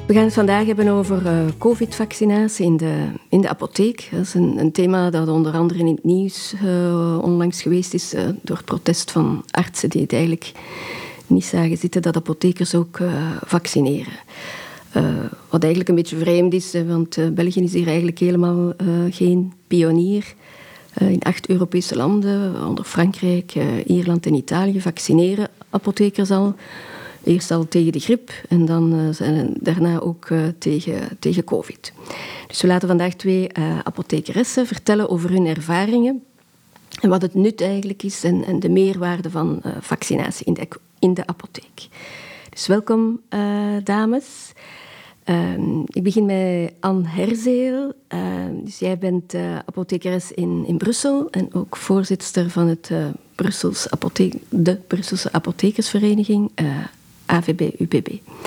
We gaan het vandaag hebben over covid-vaccinatie in de apotheek. Dat is een thema dat onder andere in het nieuws onlangs geweest is door het protest van artsen die het eigenlijk niet zagen zitten dat apothekers ook vaccineren. Wat eigenlijk een beetje vreemd is, want België is hier eigenlijk helemaal geen pionier. In 8 Europese landen, onder Frankrijk, Ierland en Italië, vaccineren apothekers al. Eerst al tegen de griep en dan daarna ook tegen covid. Dus we laten vandaag 2 apothekeressen vertellen over hun ervaringen en wat het nut eigenlijk is en de meerwaarde van vaccinatie in de apotheek. Dus welkom, dames. Ik begin met Anne Herzeel. Dus jij bent apothekeres in Brussel en ook voorzitster van de Brusselse Apothekersvereniging, AVB-UPB.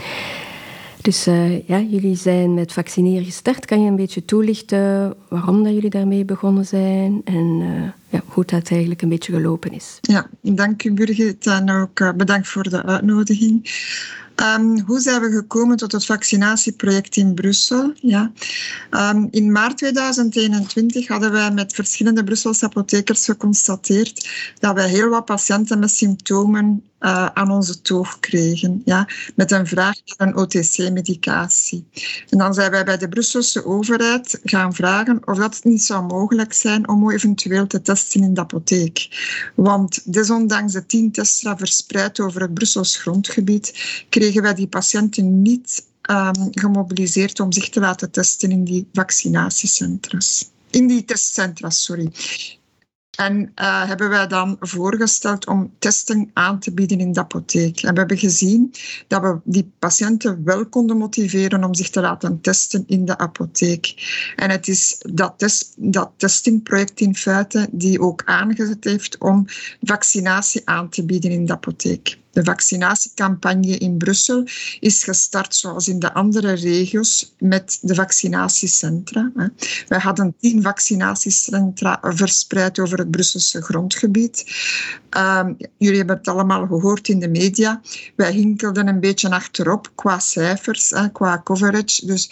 Dus jullie zijn met vaccineren gestart. Kan je een beetje toelichten waarom dat jullie daarmee begonnen zijn en hoe dat eigenlijk een beetje gelopen is? Ja, dank u Birgit en ook bedankt voor de uitnodiging. Hoe zijn we gekomen tot het vaccinatieproject in Brussel? Ja. In maart 2021 hadden wij met verschillende Brusselse apothekers geconstateerd dat wij heel wat patiënten met symptomen aan onze toog kregen, ja, met een vraag naar een OTC-medicatie. En dan zijn wij bij de Brusselse overheid gaan vragen of dat niet zou mogelijk zijn om eventueel te testen in de apotheek. Want desondanks de 10 tests verspreid over het Brussels grondgebied, kregen wij die patiënten niet gemobiliseerd om zich te laten testen in die vaccinatiecentra's. In die testcentra's, sorry. En hebben wij dan voorgesteld om testen aan te bieden in de apotheek. En we hebben gezien dat we die patiënten wel konden motiveren om zich te laten testen in de apotheek. En het is dat testingproject in feite die ook aangezet heeft om vaccinatie aan te bieden in de apotheek. De vaccinatiecampagne in Brussel is gestart, zoals in de andere regio's, met de vaccinatiecentra. Wij hadden 10 vaccinatiecentra verspreid over het Brusselse grondgebied. Jullie hebben het allemaal gehoord in de media. Wij hinkelden een beetje achterop qua cijfers, qua coverage. Dus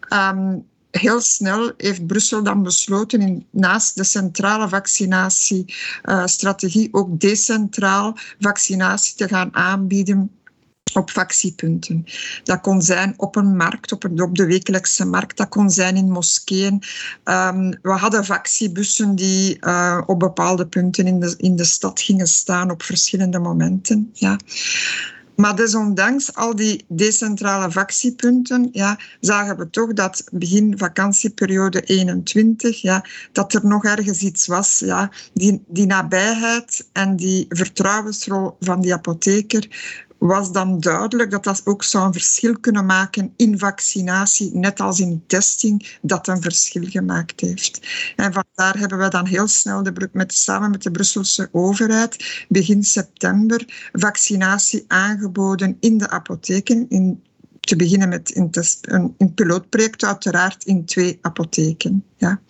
heel snel heeft Brussel dan besloten naast de centrale vaccinatiestrategie ook decentraal vaccinatie te gaan aanbieden op vaccinpunten. Dat kon zijn op een markt, op de wekelijkse markt. Dat kon zijn in moskeeën. We hadden vaccibussen die op bepaalde punten in de stad gingen staan op verschillende momenten. Ja. Maar desondanks al die decentrale vaccinpunten, zagen we toch dat begin vakantieperiode 21, dat er nog ergens iets was. Ja, die nabijheid en die vertrouwensrol van die apotheker was dan duidelijk dat dat ook zou een verschil kunnen maken in vaccinatie, net als in testing, dat een verschil gemaakt heeft. En vandaar hebben we dan heel snel samen met de Brusselse overheid begin september vaccinatie aangeboden in de apotheken, te beginnen met een pilootproject uiteraard in 2 apotheken. Ja.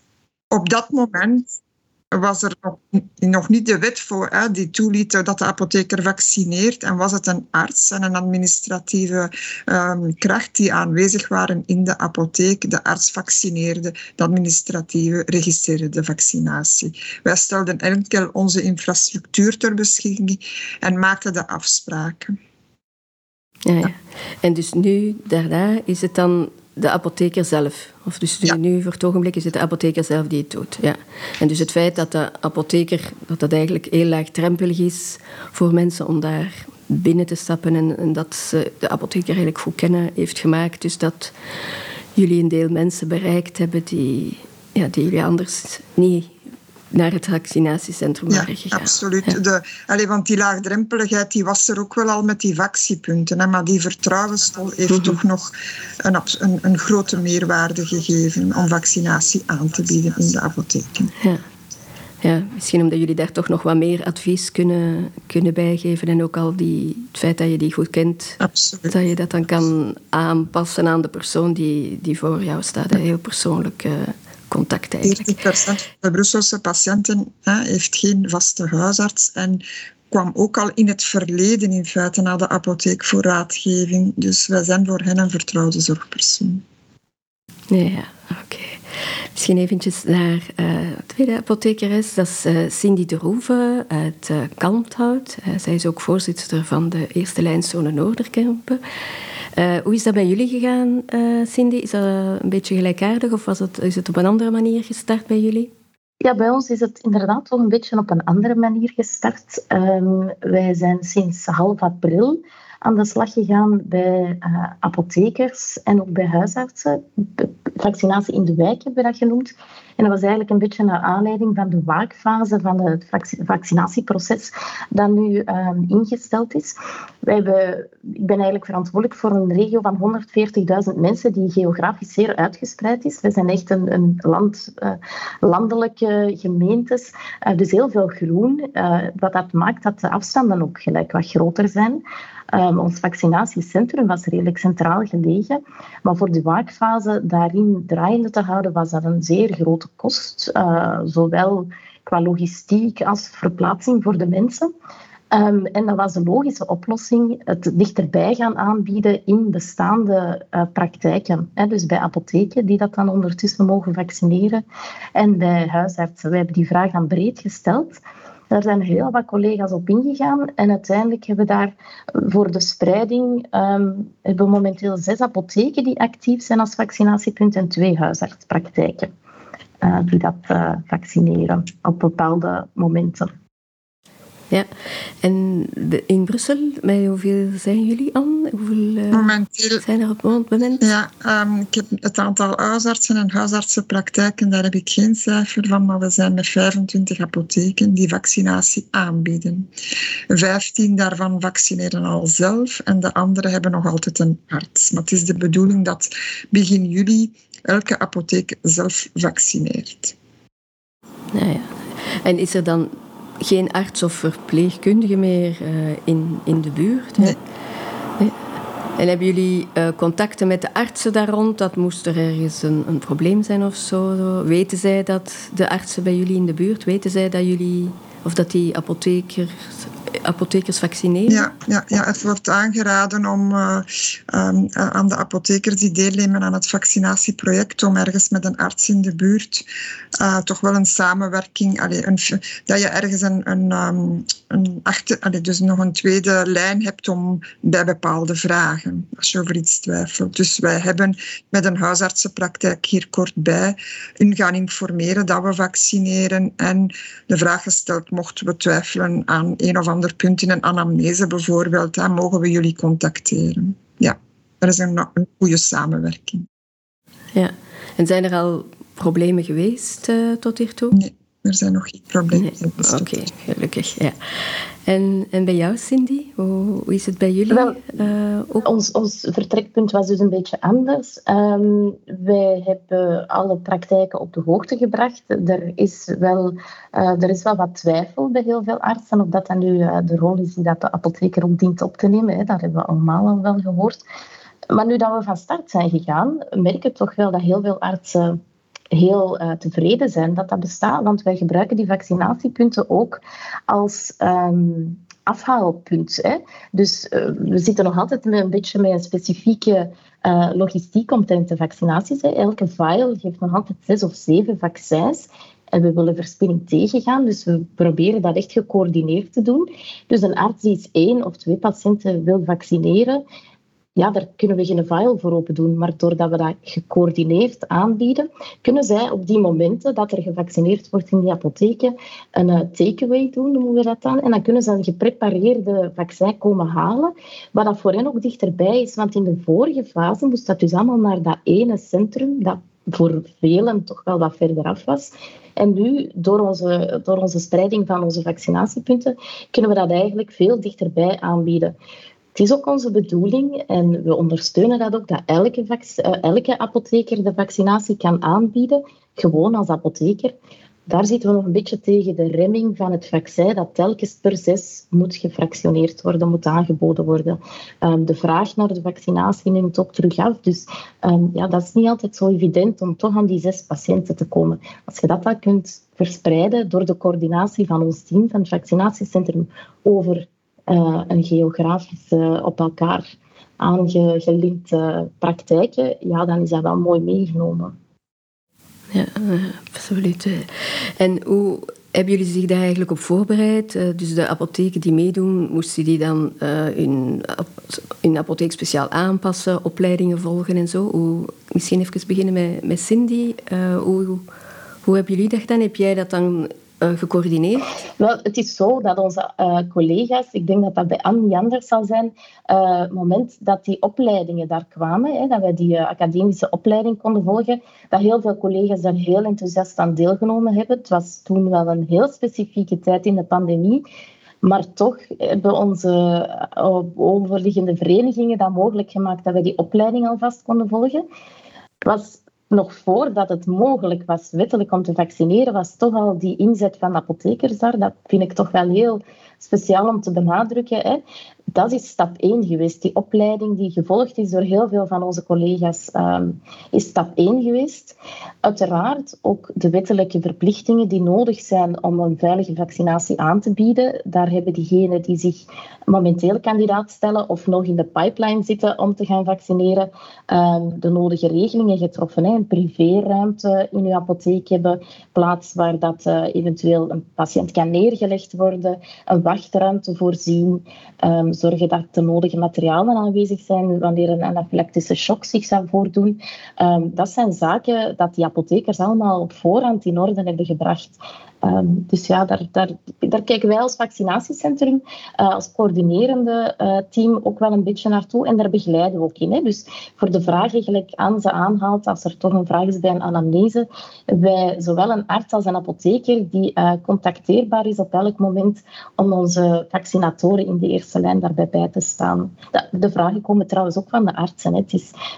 Op dat moment was er nog niet de wet voor die toeliet dat de apotheker vaccineert en was het een arts en een administratieve kracht die aanwezig waren in de apotheek. De arts vaccineerde, de administratieve registreerde de vaccinatie. Wij stelden enkel onze infrastructuur ter beschikking en maakten de afspraken. Ja. En dus nu, daarna, is het dan de apotheker zelf? Of dus nu, voor het ogenblik, is het de apotheker zelf die het doet. Ja. En dus het feit dat de apotheker, dat eigenlijk heel laagdrempelig is voor mensen om daar binnen te stappen en dat ze de apotheker eigenlijk goed kennen heeft gemaakt. Dus dat jullie een deel mensen bereikt hebben die jullie anders niet naar het vaccinatiecentrum waren gegaan. Absoluut. Ja. Want die laagdrempeligheid die was er ook wel al met die vaccinpunten. Maar die vertrouwensrol heeft toch nog een grote meerwaarde gegeven om vaccinatie aan te bieden in de apotheken. Ja, misschien omdat jullie daar toch nog wat meer advies kunnen bijgeven en ook al het feit dat je die goed kent, absoluut, dat je dat dan kan aanpassen aan de persoon die voor jou staat. Heel persoonlijk contact eigenlijk. 40% van de Brusselse patiënten heeft geen vaste huisarts en kwam ook al in het verleden in feite naar de apotheek voor raadgeving. Dus wij zijn voor hen een vertrouwde zorgpersoon. Ja, oké. Misschien eventjes naar de tweede apothekeres. Dat is Cindy de Roeve uit Kalmthout. Zij is ook voorzitter van de Eerste Lijnzone Noorderkempen. Hoe is dat bij jullie gegaan, Cindy? Is dat een beetje gelijkaardig of is het op een andere manier gestart bij jullie? Ja, bij ons is het inderdaad wel een beetje op een andere manier gestart. Wij zijn sinds half april aan de slag gegaan bij apothekers en ook bij huisartsen. Vaccinatie in de wijk hebben we dat genoemd. En dat was eigenlijk een beetje naar aanleiding van de waakfase van het vaccinatieproces dat nu ingesteld is. Ik ben eigenlijk verantwoordelijk voor een regio van 140.000 mensen die geografisch zeer uitgespreid is. We zijn echt een landelijke gemeentes, dus heel veel groen. Wat dat maakt dat de afstanden ook gelijk wat groter zijn. Ons vaccinatiecentrum was redelijk centraal gelegen, maar voor de waakfase daarin draaiende te houden was dat een zeer grote kost, zowel qua logistiek als verplaatsing voor de mensen. En dat was een logische oplossing, het dichterbij gaan aanbieden in bestaande praktijken. Dus bij apotheken die dat dan ondertussen mogen vaccineren en bij huisartsen. Wij hebben die vraag dan breed gesteld. Daar zijn heel wat collega's op ingegaan en uiteindelijk hebben we daar voor de spreiding hebben we momenteel 6 apotheken die actief zijn als vaccinatiepunt en 2 huisartspraktijken die dat vaccineren op bepaalde momenten. Ja, en in Brussel, bij hoeveel zijn jullie aan? Hoeveel momenteel zijn er op het moment? Ja, ik heb het aantal huisartsen en huisartsenpraktijken, daar heb ik geen cijfer van, maar we zijn met 25 apotheken die vaccinatie aanbieden. 15 daarvan vaccineren al zelf en de andere hebben nog altijd een arts. Maar het is de bedoeling dat begin juli elke apotheek zelf vaccineert. Ja. En is er dan geen arts of verpleegkundige meer in de buurt? Nee. En hebben jullie contacten met de artsen daar rond? Dat moest er ergens een probleem zijn of zo? Weten zij dat de artsen bij jullie in de buurt, weten zij dat jullie, of dat die apothekers vaccineren? Ja, het wordt aangeraden om aan de apothekers die deelnemen aan het vaccinatieproject, om ergens met een arts in de buurt toch wel een samenwerking, dat je ergens dus nog een tweede lijn hebt om bij bepaalde vragen, als je over iets twijfelt. Dus wij hebben met een huisartsenpraktijk hier kort bij hun gaan informeren dat we vaccineren en de vraag gesteld, mochten we twijfelen aan een of ander punt in een anamnese bijvoorbeeld, dan mogen we jullie contacteren. Ja, er is een goede samenwerking. Ja, en zijn er al problemen geweest tot hiertoe? Nee, er zijn nog geen problemen geweest. Oké, gelukkig. Ja. En bij jou, Cindy? Hoe is het bij jullie? Ook? Ons vertrekpunt was dus een beetje anders. Wij hebben alle praktijken op de hoogte gebracht. Er is wel wat twijfel bij heel veel artsen of dat dan nu de rol is die dat de apotheker ook dient op te nemen. Dat hebben we allemaal al wel gehoord. Maar nu dat we van start zijn gegaan, merken we toch wel dat heel veel artsen heel tevreden zijn dat dat bestaat. Want wij gebruiken die vaccinatiepunten ook als afhaalpunt. Dus we zitten nog altijd een beetje met een specifieke logistiek omtrent de vaccinaties. Elke vial geeft nog altijd 6 of 7 vaccins. En we willen verspilling tegengaan, dus we proberen dat echt gecoördineerd te doen. Dus een arts die 1 of 2 patiënten wil vaccineren, ja, daar kunnen we geen vial voor open doen. Maar doordat we dat gecoördineerd aanbieden, kunnen zij op die momenten dat er gevaccineerd wordt in die apotheken een takeaway doen, noemen we dat dan. En dan kunnen ze een geprepareerde vaccin komen halen, wat dat voor hen ook dichterbij is. Want in de vorige fase moest dat dus allemaal naar dat ene centrum, dat voor velen toch wel wat verder af was. En nu, door onze spreiding van onze vaccinatiepunten, kunnen we dat eigenlijk veel dichterbij aanbieden. Het is ook onze bedoeling, en we ondersteunen dat ook, dat elke apotheker de vaccinatie kan aanbieden, gewoon als apotheker. Daar zitten we nog een beetje tegen de remming van het vaccin, dat telkens per 6 moet gefractioneerd worden, moet aangeboden worden. De vraag naar de vaccinatie neemt ook terug af. Dus dat is niet altijd zo evident om toch aan die 6 patiënten te komen. Als je dat al kunt verspreiden door de coördinatie van ons team van het vaccinatiecentrum over een geografische op elkaar aangelinkte praktijken, ja, dan is dat wel mooi meegenomen. Ja, absoluut. En hoe hebben jullie zich daar eigenlijk op voorbereid? Dus de apotheken die meedoen, moesten die dan hun apotheek speciaal aanpassen, opleidingen volgen en zo? Misschien even beginnen met Cindy. Hoe hebben jullie dat gedaan? Heb jij dat dan gecoördineerd? Wel, het is zo dat onze collega's, ik denk dat dat bij Anne niet anders zal zijn, het moment dat die opleidingen daar kwamen, dat wij die academische opleiding konden volgen, dat heel veel collega's daar heel enthousiast aan deelgenomen hebben. Het was toen wel een heel specifieke tijd in de pandemie. Maar toch hebben onze overliggende verenigingen dat mogelijk gemaakt dat wij die opleiding alvast konden volgen. Het was nog voordat het mogelijk was wettelijk om te vaccineren, was toch al die inzet van de apothekers daar. Dat vind ik toch wel heel speciaal om te benadrukken. Dat is stap 1 geweest. Die opleiding die gevolgd is door heel veel van onze collega's, is stap 1 geweest. Uiteraard ook de wettelijke verplichtingen die nodig zijn om een veilige vaccinatie aan te bieden. Daar hebben diegenen die zich momenteel kandidaat stellen of nog in de pipeline zitten om te gaan vaccineren, de nodige regelingen getroffen. Een privéruimte in uw apotheek hebben, plaats waar dat eventueel een patiënt kan neergelegd worden, een wachtruimte voorzien, zorgen dat de nodige materialen aanwezig zijn wanneer een anafylactische shock zich zou voordoen. Dat zijn zaken dat die apothekers allemaal op voorhand in orde hebben gebracht. Dus ja, daar kijken wij als vaccinatiecentrum, als coördinerende team ook wel een beetje naartoe en daar begeleiden we ook in. Dus voor de vragen gelijk aan ze aanhaalt, als er toch een vraag is bij een anamnese, wij zowel een arts als een apotheker die contacteerbaar is op elk moment om onze vaccinatoren in de eerste lijn daarbij bij te staan. De vragen komen trouwens ook van de artsen. Het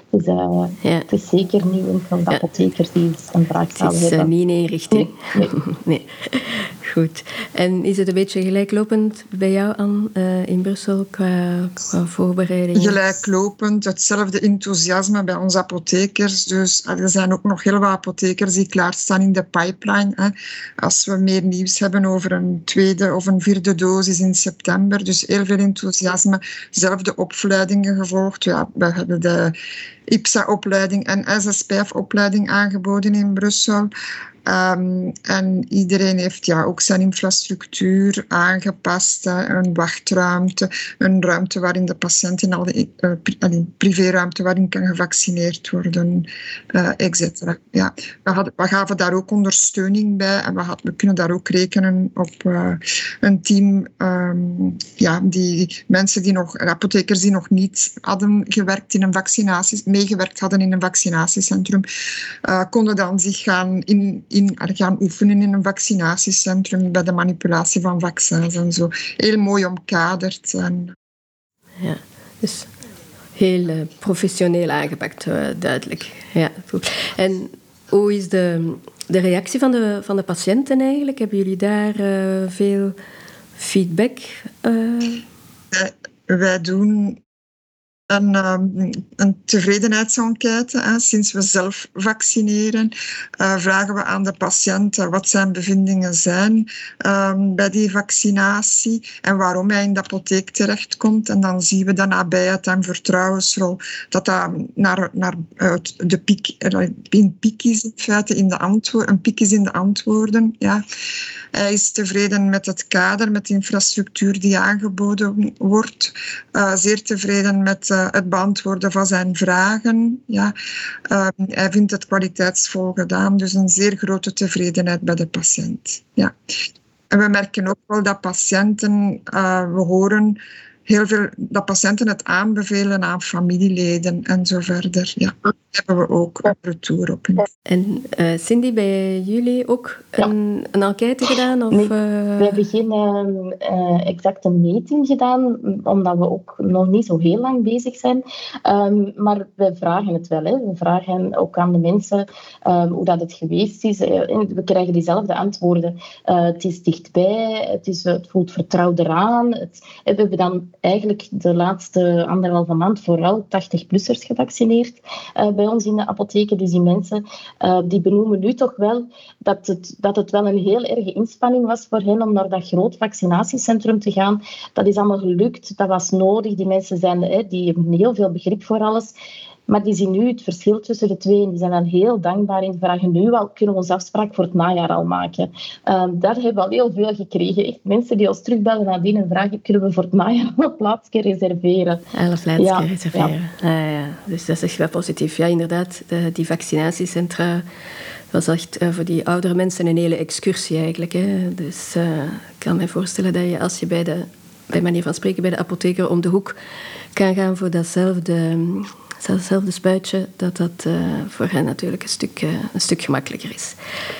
is zeker niet enkel de apothekers die een vraag zouden hebben. Het is niet in één richting. Nee. Goed. En is het een beetje gelijklopend bij jou, Anne, in Brussel qua voorbereidingen? Gelijklopend, hetzelfde enthousiasme bij onze apothekers. Dus er zijn ook nog heel wat apothekers die klaarstaan in de pipeline. Als we meer nieuws hebben over een 2e of een 4e dosis in september. Dus heel veel enthousiasme. Zelfde opleidingen gevolgd. Ja, we hebben de IPSA-opleiding en SSPF-opleiding aangeboden in Brussel. En iedereen heeft ook zijn infrastructuur aangepast. Een wachtruimte, een ruimte waarin de patiënt in een privéruimte waarin kan gevaccineerd worden, etc. Ja, we gaven daar ook ondersteuning bij en we kunnen daar ook rekenen op een team, die mensen die nog, apothekers die nog niet hadden gewerkt in een meegewerkt hadden in een vaccinatiecentrum, konden dan zich gaan oefenen in een vaccinatiecentrum bij de manipulatie van vaccins en zo. Heel mooi omkaderd. Ja, dus heel professioneel aangepakt, duidelijk. Ja, goed. En hoe is de reactie van de patiënten eigenlijk? Hebben jullie daar veel feedback? Wij doen een tevredenheidsenquête. Sinds we zelf vaccineren, vragen we aan de patiënten wat zijn bevindingen zijn bij die vaccinatie en waarom hij in de apotheek terechtkomt. En dan zien we de nabijheid en vertrouwensrol dat naar de piek, een piek is in feite in de antwoorden. Een piek is in de antwoorden. Ja. Hij is tevreden met het kader, met de infrastructuur die aangeboden wordt. Zeer tevreden met het beantwoorden van zijn vragen. Ja. Hij vindt het kwaliteitsvol gedaan, dus een zeer grote tevredenheid bij de patiënt. Ja. En we merken ook wel dat patiënten, we horen heel veel dat patiënten het aanbevelen aan familieleden en zo verder. Ja, daar hebben we ook een retour op. En Cindy, bij jullie ook een enquête gedaan? Of, nee, we hebben geen exacte meting gedaan, omdat we ook nog niet zo heel lang bezig zijn. Maar we vragen het wel. We vragen ook aan de mensen hoe dat het geweest is. We krijgen diezelfde antwoorden. Het is dichtbij, het voelt vertrouwd eraan. We hebben dan eigenlijk de laatste 1,5 maand vooral 80-plussers gevaccineerd bij ons in de apotheken. Dus die mensen die benoemen nu toch wel dat het wel een heel erge inspanning was voor hen om naar dat groot vaccinatiecentrum te gaan. Dat is allemaal gelukt, dat was nodig. Die mensen die hebben heel veel begrip voor alles. Maar die zien nu het verschil tussen de twee en die zijn dan heel dankbaar in vragen nu al, kunnen we onze afspraak voor het najaar al maken. Daar hebben we al heel veel gekregen. Echt mensen die ons terugbellen nadien en vragen, kunnen we voor het najaar een plaatsje reserveren? Een plaatsje reserveren. Ja. Dus dat is echt wel positief. Ja, inderdaad, die vaccinatiecentra was echt voor die oudere mensen een hele excursie eigenlijk. Hè. Dus ik kan me voorstellen dat je als je bij manier van spreken bij de apotheker om de hoek kan gaan voor datzelfde spuitje, dat voor hen natuurlijk een stuk gemakkelijker is.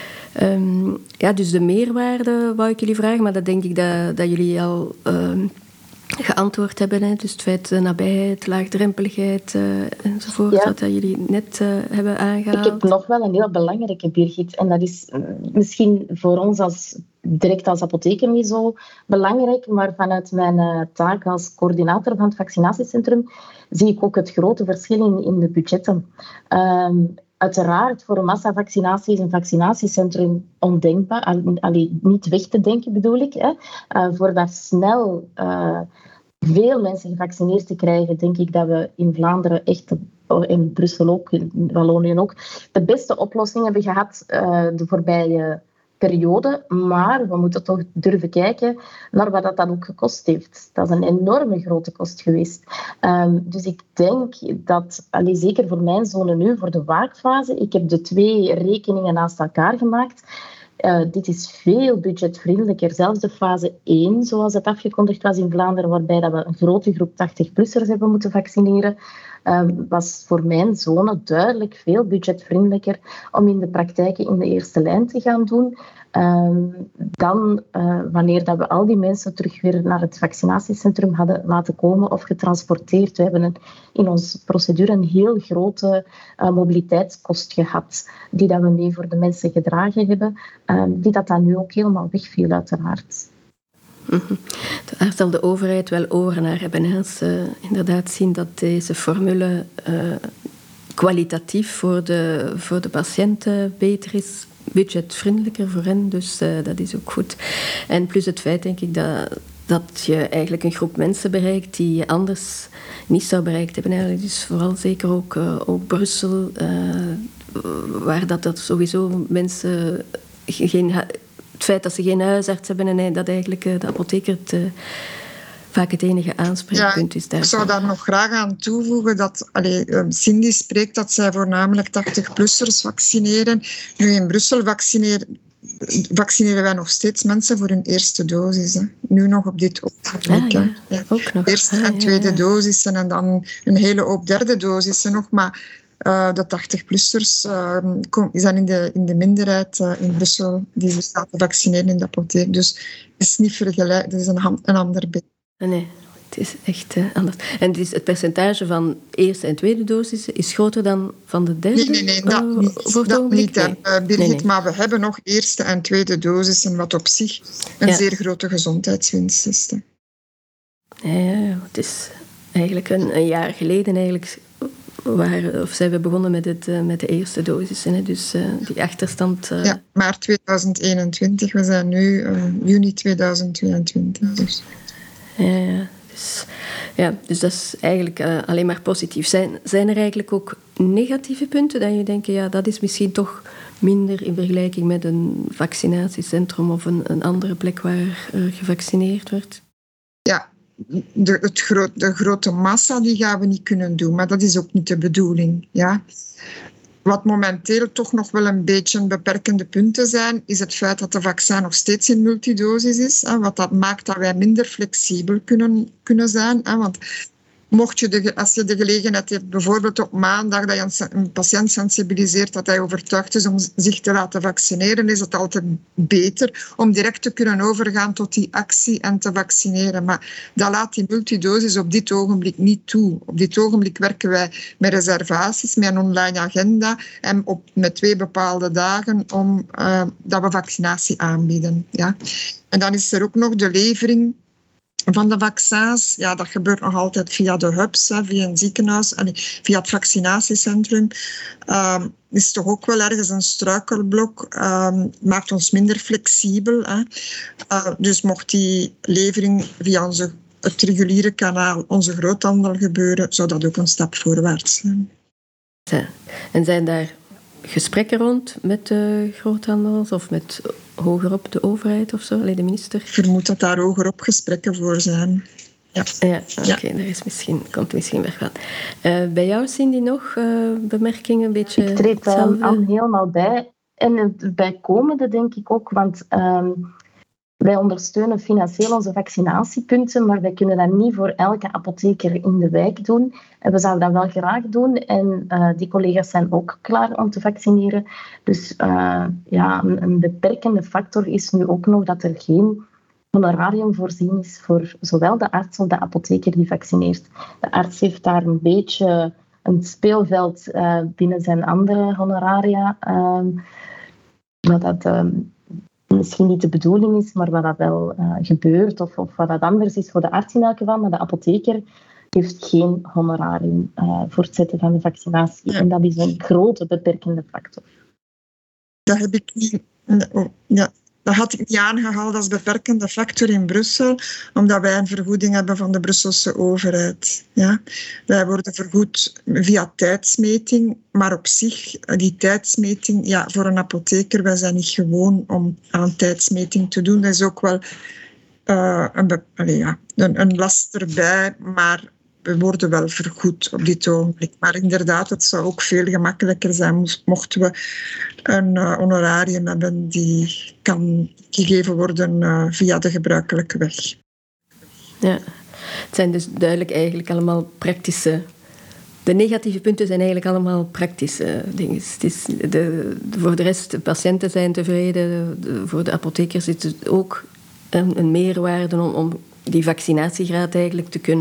Dus de meerwaarde wou ik jullie vragen, maar dat denk ik dat jullie al geantwoord hebben. Hè? Dus het feit de nabijheid, laagdrempeligheid enzovoort, dat jullie net hebben aangehaald. Ik heb nog wel een heel belangrijke, Birgit. En dat is misschien voor ons direct als apotheker niet zo belangrijk, maar vanuit mijn taak als coördinator van het vaccinatiecentrum zie ik ook het grote verschil in de budgetten. Uiteraard, voor een massavaccinatie is een vaccinatiecentrum ondenkbaar. Niet weg te denken, bedoel ik. Voor daar snel veel mensen gevaccineerd te krijgen, denk ik dat we in Vlaanderen echt, in Brussel ook, in Wallonië ook, de beste oplossing hebben gehad de voorbije periode. Maar we moeten toch durven kijken naar wat dat dan ook gekost heeft. Dat is een enorme grote kost geweest. Dus ik denk dat, zeker voor mijn zone nu, voor de waakfase, ik heb de 2 rekeningen naast elkaar gemaakt. Dit is veel budgetvriendelijker. Zelfs de fase 1, zoals het afgekondigd was in Vlaanderen, waarbij dat we een grote groep 80-plussers hebben moeten vaccineren, was voor mijn zone duidelijk veel budgetvriendelijker om in de praktijken in de eerste lijn te gaan doen. Dan wanneer dat we al die mensen terug weer naar het vaccinatiecentrum hadden laten komen of getransporteerd. We hebben in onze procedure een heel grote mobiliteitskost gehad, die dat we mee voor de mensen gedragen hebben, die dat dan nu ook helemaal wegviel, uiteraard. Daar zal de overheid wel oren naar hebben. Als ze inderdaad zien dat deze formule kwalitatief voor de patiënten beter is, budgetvriendelijker voor hen, dus dat is ook goed. En plus het feit, denk ik, dat je eigenlijk een groep mensen bereikt die je anders niet zou bereikt hebben. Dus vooral zeker ook Brussel, waar dat sowieso mensen het feit dat ze geen huisarts hebben en dat eigenlijk de apotheker vaak het enige aanspreekpunt is daarvan. Ik zou daar nog graag aan toevoegen dat Cindy spreekt dat zij voornamelijk 80-plussers vaccineren. Nu in Brussel vaccineren wij nog steeds mensen voor hun eerste dosis. Hè. Nu nog op dit ogenblik. Ja. Ook nog. Eerste en tweede dosissen en dan een hele hoop derde dosissen nog. Maar de 80-plussers zijn in de minderheid in Brussel die zich laten vaccineren in de apotheek. Dus het is niet vergelijkbaar. Het is een ander beeld. Nee, het is echt anders. En het percentage van eerste en tweede dosis is groter dan van de derde? Nee, dat niet, Birgit. Nee. Maar we hebben nog eerste en tweede dosissen, wat op zich een zeer grote gezondheidswinst is. Ja, het is eigenlijk een jaar geleden zijn we begonnen met de eerste dosis. Dus die achterstand... Ja, maart 2021. We zijn nu juni 2022. Dus. Dus dat is eigenlijk alleen maar positief. Zijn er eigenlijk ook negatieve punten dat je denkt, dat is misschien toch minder in vergelijking met een vaccinatiecentrum of een andere plek waar gevaccineerd wordt? Ja, de grote massa die gaan we niet kunnen doen, maar dat is ook niet de bedoeling. Ja. Wat momenteel toch nog wel een beetje beperkende punten zijn, is het feit dat de vaccin nog steeds in multidosis is. Wat dat maakt dat wij minder flexibel kunnen zijn. Want als je de gelegenheid hebt, bijvoorbeeld op maandag, dat je een patiënt sensibiliseert dat hij overtuigd is om zich te laten vaccineren, is het altijd beter om direct te kunnen overgaan tot die actie en te vaccineren. Maar dat laat die multidosis op dit ogenblik niet toe. Op dit ogenblik werken wij met reservaties, met een online agenda en met 2 bepaalde dagen dat we vaccinatie aanbieden. Ja. En dan is er ook nog de levering van de vaccins, ja, dat gebeurt nog altijd via de hubs, via een ziekenhuis, via het vaccinatiecentrum. Is toch ook wel ergens een struikelblok. Maakt ons minder flexibel. Dus mocht die levering via het reguliere kanaal, onze groothandel gebeuren, zou dat ook een stap voorwaarts zijn. Ja. En zijn daar gesprekken rond met de groothandels of met hogerop de overheid of zo, de minister? Ik vermoed dat daar hogerop gesprekken voor zijn. Ja, Oké, daar is komt misschien weg van. Bij jou, Cindy, nog bemerkingen? Een beetje ik treed aan helemaal bij. En het bijkomende denk ik ook, want wij ondersteunen financieel onze vaccinatiepunten, maar wij kunnen dat niet voor elke apotheker in de wijk doen. En we zouden dat wel graag doen. En die collega's zijn ook klaar om te vaccineren. Dus een beperkende factor is nu ook nog dat er geen honorarium voorzien is voor zowel de arts of de apotheker die vaccineert. De arts heeft daar een beetje een speelveld binnen zijn andere honoraria. Wat dat misschien niet de bedoeling is, maar wat dat wel gebeurt. Of wat dat anders is voor de arts in elk geval. Maar de apotheker heeft geen honorarium voor het zetten van de vaccinatie. Ja. En dat is een grote beperkende factor. Dat heb ik niet... Dat had ik niet aangehaald als beperkende factor in Brussel, omdat wij een vergoeding hebben van de Brusselse overheid. Ja? Wij worden vergoed via tijdsmeting, maar op zich, die tijdsmeting, voor een apotheker, wij zijn niet gewoon om aan tijdsmeting te doen. Dat is ook wel een last erbij, maar we worden wel vergoed op dit ogenblik. Maar inderdaad, het zou ook veel gemakkelijker zijn mochten we een honorarium hebben die kan gegeven worden via de gebruikelijke weg. Ja, het zijn dus duidelijk eigenlijk allemaal praktische... De negatieve punten zijn eigenlijk allemaal praktische dingen. Het is voor de rest, de patiënten zijn tevreden. Voor de apothekers is het ook een meerwaarde om die vaccinatiegraad eigenlijk te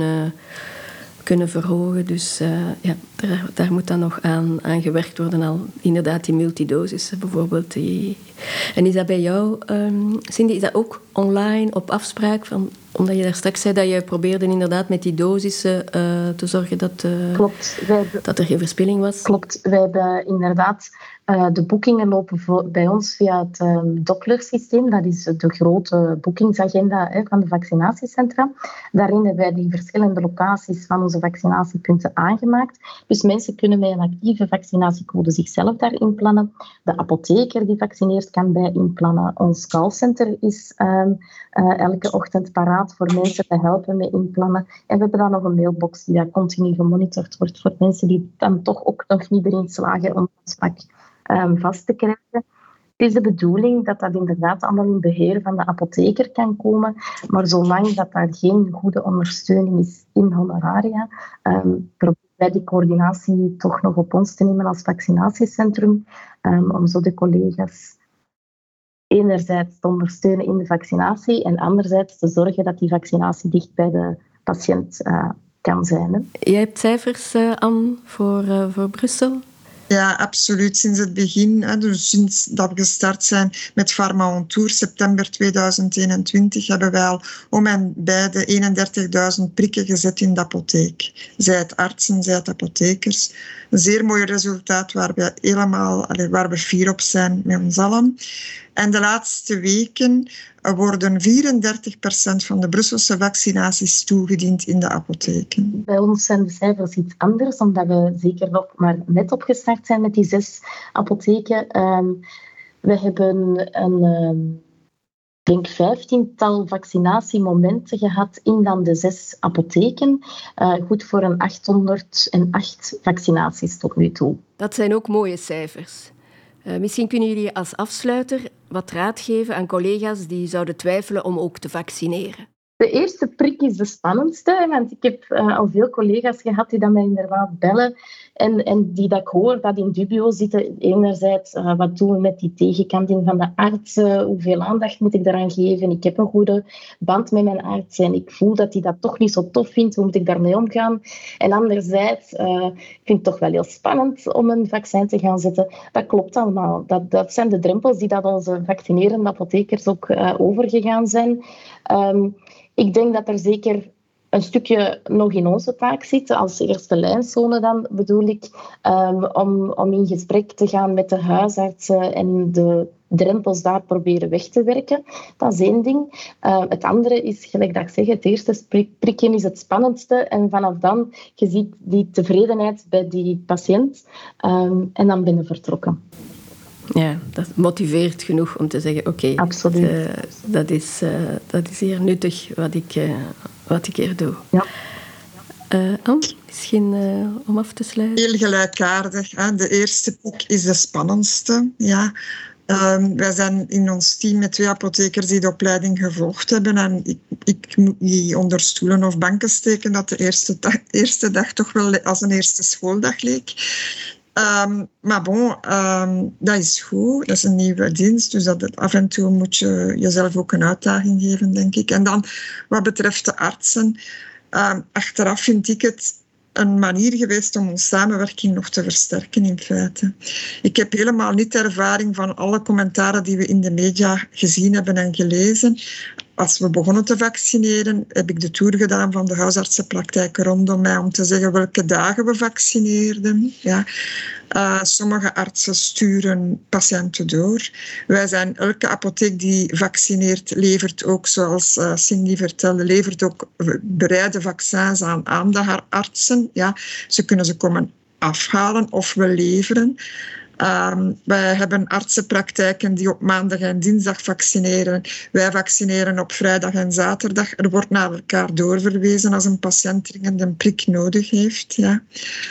kunnen verhogen. Dus daar moet dan nog aan gewerkt worden. Al inderdaad die multidosis bijvoorbeeld. En is dat bij jou, Cindy, is dat ook online op afspraak? Omdat je daar straks zei dat je probeerde inderdaad met die dosissen te zorgen Klopt. Dat er geen verspilling was. Klopt. Wij hebben inderdaad... de boekingen lopen bij ons via het Doppler-systeem. Dat is de grote boekingsagenda van de vaccinatiecentra. Daarin hebben wij die verschillende locaties van onze vaccinatiepunten aangemaakt. Dus mensen kunnen met een actieve vaccinatiecode zichzelf daar inplannen. De apotheker die vaccineert kan bij inplannen. Ons callcenter is elke ochtend paraat voor mensen te helpen met inplannen. En we hebben dan nog een mailbox die daar continu gemonitord wordt voor mensen die dan toch ook nog niet erin slagen om een smak vast te krijgen. Het is de bedoeling dat dat inderdaad allemaal in beheer van de apotheker kan komen, maar zolang dat daar geen goede ondersteuning is in honoraria, proberen wij die coördinatie toch nog op ons te nemen als vaccinatiecentrum, om zo de collega's enerzijds te ondersteunen in de vaccinatie en anderzijds te zorgen dat die vaccinatie dicht bij de patiënt kan zijn. Hè. Jij hebt cijfers, Anne, voor Brussel? Ja, absoluut. Sinds het begin, dus sinds dat we gestart zijn met Pharma on Tour, september 2021, hebben wij al om en bij de 31.000 prikken gezet in de apotheek. Zij het artsen, zij het apothekers. Een zeer mooi resultaat waar we fier op zijn met ons allen. En de laatste weken worden 34% van de Brusselse vaccinaties toegediend in de apotheken. Bij ons zijn de cijfers iets anders, omdat we zeker nog maar net opgestart zijn met die 6 apotheken. We hebben een 15-tal vaccinatiemomenten gehad in dan de 6 apotheken. Goed voor een 808 vaccinaties tot nu toe. Dat zijn ook mooie cijfers. Misschien kunnen jullie als afsluiter wat raad geven aan collega's die zouden twijfelen om ook te vaccineren. De eerste prik is de spannendste, want ik heb al veel collega's gehad die dan mij inderdaad bellen En die dat ik hoor, dat in dubio zitten. Enerzijds, wat doen we met die tegenkanting van de artsen? Hoeveel aandacht moet ik daaraan geven? Ik heb een goede band met mijn arts en ik voel dat hij dat toch niet zo tof vindt. Hoe moet ik daarmee omgaan? En anderzijds, ik vind het toch wel heel spannend om een vaccin te gaan zetten. Dat klopt allemaal. Dat zijn de drempels die dat onze vaccinerende apothekers ook overgegaan zijn. Ik denk dat er zeker een stukje nog in onze taak zit, als eerste lijnzone dan bedoel ik, om in gesprek te gaan met de huisartsen en de drempels daar proberen weg te werken. Dat is één ding. Het andere is, gelijk dat ik zeg, het eerste prikje is het spannendste en vanaf dan, je ziet die tevredenheid bij die patiënt en dan ben je vertrokken. Ja, dat motiveert genoeg om te zeggen, oké, dat is hier nuttig wat ik hier doe. Ja. Anne, misschien om af te sluiten? Heel gelijkaardig. Hè? De eerste prik is de spannendste. Ja. Wij zijn in ons team met 2 apothekers die de opleiding gevolgd hebben. En ik moet niet onder stoelen of banken steken dat de eerste dag toch wel als een eerste schooldag leek. Maar bon, dat is goed. Dat is een nieuwe dienst. Dus af en toe moet je jezelf ook een uitdaging geven, denk ik. En dan, wat betreft de artsen, achteraf vind ik het een manier geweest om onze samenwerking nog te versterken, in feite. Ik heb helemaal niet de ervaring van alle commentaren die we in de media gezien hebben en gelezen. Als we begonnen te vaccineren, heb ik de tour gedaan van de huisartsenpraktijken rondom mij om te zeggen welke dagen we vaccineerden. Ja. Sommige artsen sturen patiënten door. Wij zijn, elke apotheek die vaccineert, levert ook, zoals Cindy vertelde, levert ook bereide vaccins aan de artsen. Ja. Ze kunnen ze komen afhalen of we leveren. Wij hebben artsenpraktijken die op maandag en dinsdag vaccineren. Wij vaccineren op vrijdag en zaterdag. Er wordt naar elkaar doorverwezen als een patiënt dringend een prik nodig heeft. Ja.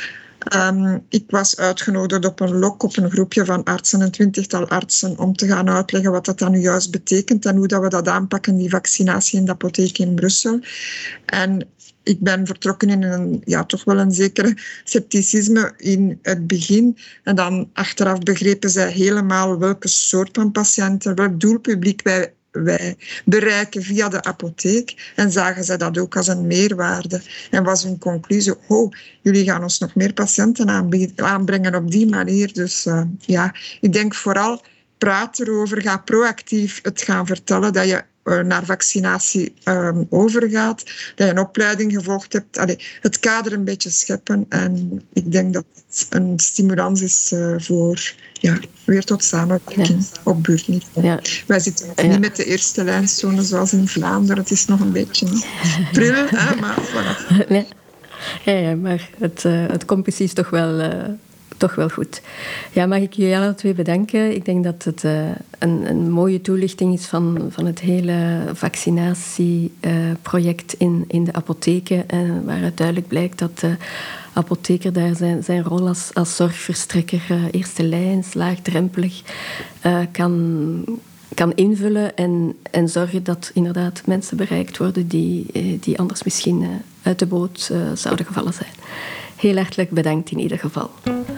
Ik was uitgenodigd op een lok, op een groepje van artsen, een 20-tal artsen, om te gaan uitleggen wat dat dan nu juist betekent en hoe dat we dat aanpakken, die vaccinatie in de apotheek in Brussel. En ik ben vertrokken in toch wel een zekere scepticisme in het begin. En dan achteraf begrepen zij helemaal welke soort van patiënten, welk doelpubliek wij bereiken via de apotheek. En zagen zij dat ook als een meerwaarde. En was hun conclusie, jullie gaan ons nog meer patiënten aanbrengen op die manier. Dus ik denk vooral, praat erover, ga proactief het gaan vertellen dat je naar vaccinatie overgaat, dat je een opleiding gevolgd hebt. Het kader een beetje scheppen. En ik denk dat het een stimulans is voor weer tot samenwerking op buurtniveau. Ja. Wij zitten nog niet met de eerste lijnzone zoals in Vlaanderen. Het is nog een beetje pril, maar voilà. Ja, maar het komt precies toch wel goed. Ja, mag ik jullie alle 2 bedanken. Ik denk dat het een mooie toelichting is van het hele vaccinatieproject in de apotheken, waaruit duidelijk blijkt dat de apotheker daar zijn rol als zorgverstrekker, eerste lijn, laagdrempelig, kan invullen en zorgen dat inderdaad mensen bereikt worden die anders misschien uit de boot zouden gevallen zijn. Heel hartelijk bedankt in ieder geval.